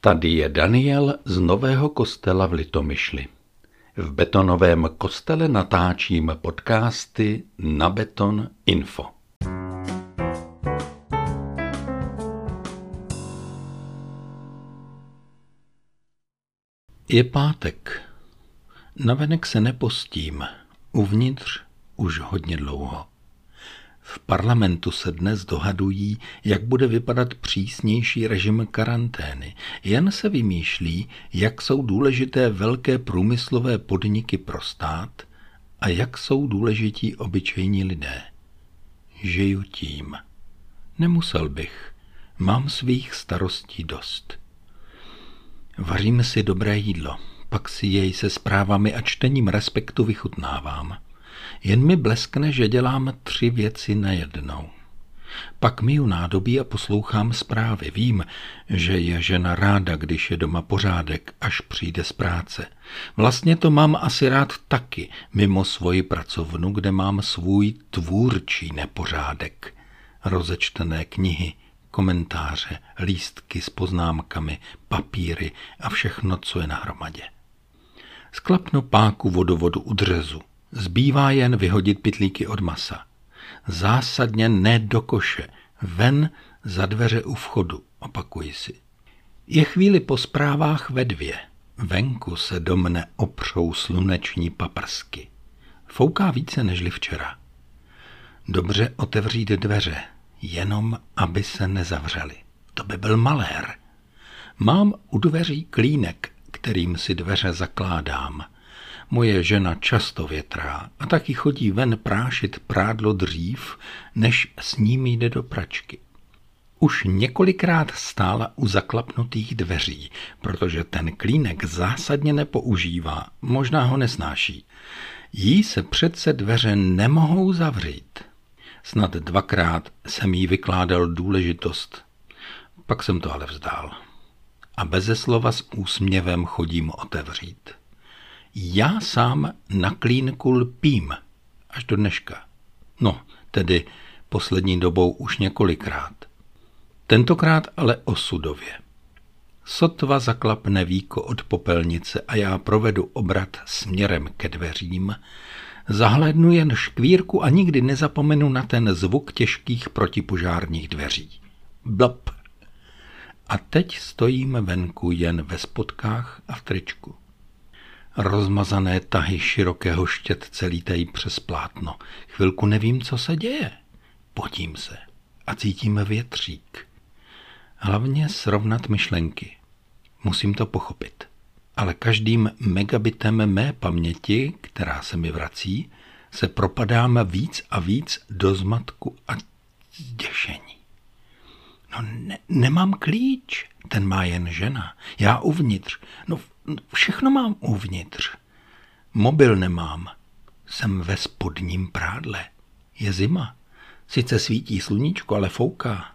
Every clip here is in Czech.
Tady je Daniel z Nového Kostela v Litomyšli. V betonovém kostele natáčím podcasty Na Beton Info. Je pátek. Navenek se nepostím, uvnitř už hodně dlouho. V parlamentu se dnes dohadují, jak bude vypadat přísnější režim karantény. Jen se vymýšlí, jak jsou důležité velké průmyslové podniky pro stát a jak jsou důležití obyčejní lidé. Žiju tím. Nemusel bych. Mám svých starostí dost. Vařím si dobré jídlo, pak si jej se zprávami a čtením Respektu vychutnávám. Jen mi bleskne, že dělám 3 věci najednou. Pak myju nádobí a poslouchám zprávy. Vím, že je žena ráda, když je doma pořádek, až přijde z práce. Vlastně to mám asi rád taky, mimo svoji pracovnu, kde mám svůj tvůrčí nepořádek. Rozečtené knihy, komentáře, lístky s poznámkami, papíry a všechno, co je nahromadě. Sklapnu páku vodovodu u dřezu. Zbývá jen vyhodit pytlíky od masa. Zásadně ne do koše, ven za dveře u vchodu, opakuji si. Je chvíli po zprávách ve 2. Venku se do mne opřou sluneční paprsky. Fouká více nežli včera. Dobře otevřít dveře, jenom aby se nezavřely. To by byl malér. Mám u dveří klínek, kterým si dveře zakládám. Moje žena často větrá a taky chodí ven prášit prádlo dřív, než s ním jde do pračky. Už několikrát stála u zaklapnutých dveří, protože ten klínek zásadně nepoužívá, možná ho nesnáší. Jí se přece dveře nemohou zavřít. Snad 2krát jsem jí vykládal důležitost, pak jsem to ale vzdál. A beze slova s úsměvem chodím otevřít. Já sám na klínku lpím, až do dneška. No, tedy poslední dobou už několikrát. Tentokrát ale osudově. Sotva zaklapne víko od popelnice a já provedu obrat směrem ke dveřím, zahlédnu jen škvírku a nikdy nezapomenu na ten zvuk těžkých protipožárních dveří. Blop. A teď stojím venku jen ve spodkách a v tričku. Rozmazané tahy širokého štětce lítají přes plátno. Chvilku nevím, co se děje. Potím se a cítím větřík. Hlavně srovnat myšlenky. Musím to pochopit. Ale každým megabitem mé paměti, která se mi vrací, se propadám víc a víc do zmatku a zděšení. No nemám klíč, ten má jen žena. Já uvnitř. No všechno mám uvnitř. Mobil nemám. Jsem ve spodním prádle. Je zima. Sice svítí sluníčko, ale fouká.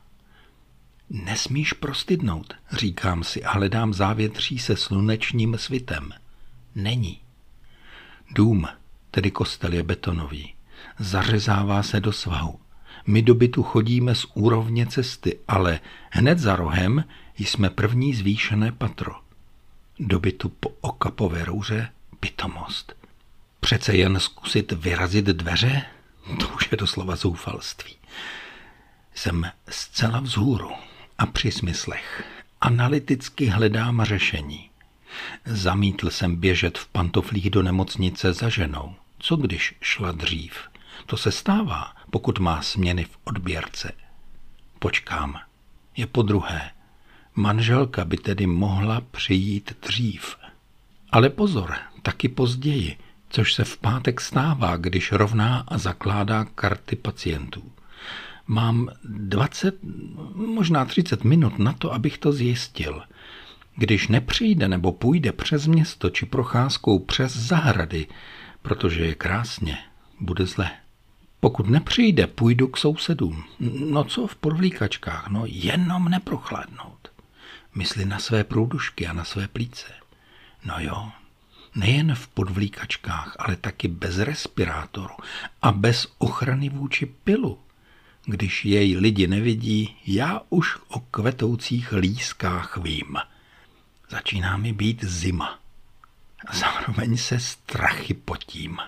Nesmíš prostydnout, říkám si a hledám závětří se slunečním svitem. Není. Dům, tedy kostel, je betonový. Zařezává se do svahu. My do bytu chodíme z úrovně cesty, ale hned za rohem jsme první zvýšené patro. Do bytu po okapové rouře pitomost. Přece jen zkusit vyrazit dveře? To už je doslova zoufalství. Jsem zcela vzhůru a při smyslech. Analyticky hledám řešení. Zamítl jsem běžet v pantoflích do nemocnice za ženou. Co když šla dřív? To se stává, pokud má směny v odběrce. Počkám. Je podruhé. Manželka by tedy mohla přijít dřív. Ale pozor, taky později, což se v pátek stává, když rovná a zakládá karty pacientů. Mám 20, možná 30 minut na to, abych to zjistil. Když nepřijde nebo půjde přes město či procházkou přes zahrady, protože je krásně, bude zle. Pokud nepřijde, půjdu k sousedům. No co v podvlíkačkách, no jenom neprochladnout. Mysli na své průdušky a na své plíce. No jo, nejen v podvlíkačkách, ale taky bez respirátoru a bez ochrany vůči pilu. Když jej lidi nevidí, já už o kvetoucích lískách vím. Začíná mi být zima. Zároveň se strachy potím.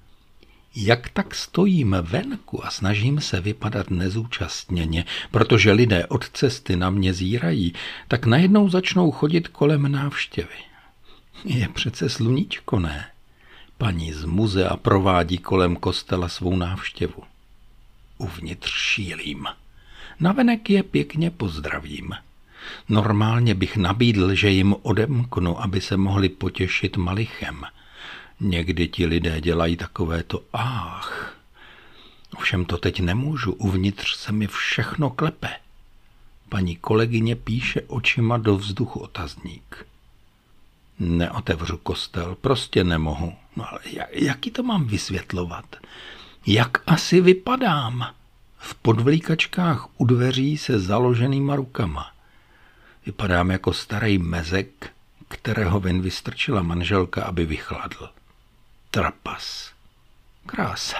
Jak tak stojím venku a snažím se vypadat nezúčastněně, protože lidé od cesty na mě zírají, tak najednou začnou chodit kolem návštěvy. Je přece sluníčko, ne? Paní z muzea provádí kolem kostela svou návštěvu. Uvnitř šílím. Navenek je pěkně pozdravím. Normálně bych nabídl, že jim odemknu, aby se mohli potěšit malichem. Někdy ti lidé dělají takovéto ách. Ovšem to teď nemůžu, uvnitř se mi všechno klepe. Paní kolegyně píše očima do vzduchu otazník. Neotevřu kostel, prostě nemohu. No ale jaký to mám vysvětlovat? Jak asi vypadám? V podvlíkačkách u dveří se založenýma rukama. Vypadám jako starý mezek, kterého ven vystrčila manželka, aby vychladl. Trapas. Krása.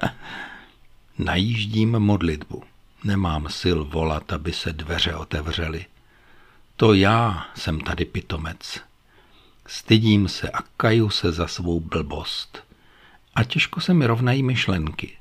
Najíždím modlitbu. Nemám sil volat, aby se dveře otevřely. To já jsem tady pitomec. Stydím se a kaju se za svou blbost. A těžko se mi rovnají myšlenky.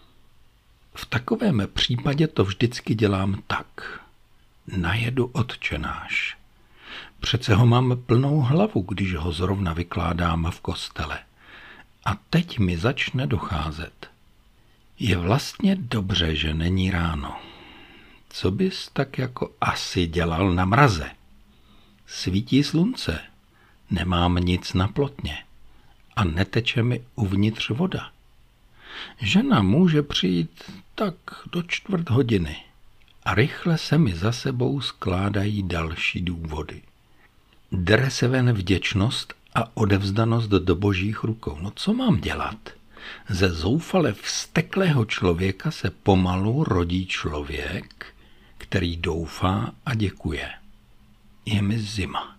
V takovém případě to vždycky dělám tak. Najedu Otčenáš. Přece ho mám plnou hlavu, když ho zrovna vykládám v kostele. A teď mi začne docházet. Je vlastně dobře, že není ráno. Co bys tak jako asi dělal na mraze? Svítí slunce, nemám nic na plotně a neteče mi uvnitř voda. Žena může přijít tak do 1/4 a rychle se mi za sebou skládají další důvody. Dere se ven vděčnost a odevzdanost do božích rukou. No co mám dělat? Ze zoufale vzteklého člověka se pomalu rodí člověk, který doufá a děkuje. Je mi zima.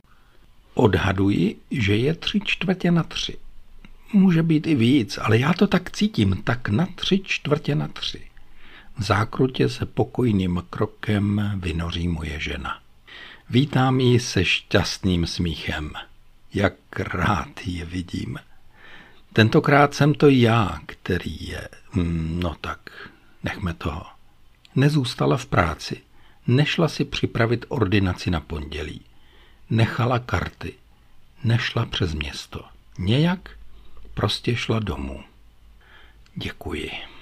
Odhaduji, že je 3/4. Může být i víc, ale já to tak cítím, tak na 3/4. V zákrutě se pokojným krokem vynoří moje žena. Vítám ji se šťastným smíchem. Jak rád ji vidím. Tentokrát jsem to já, který je... No tak, nechme toho. Nezůstala v práci. Nešla si připravit ordinaci na pondělí. Nechala karty. Nešla přes město. Nějak prostě šla domů. Děkuji.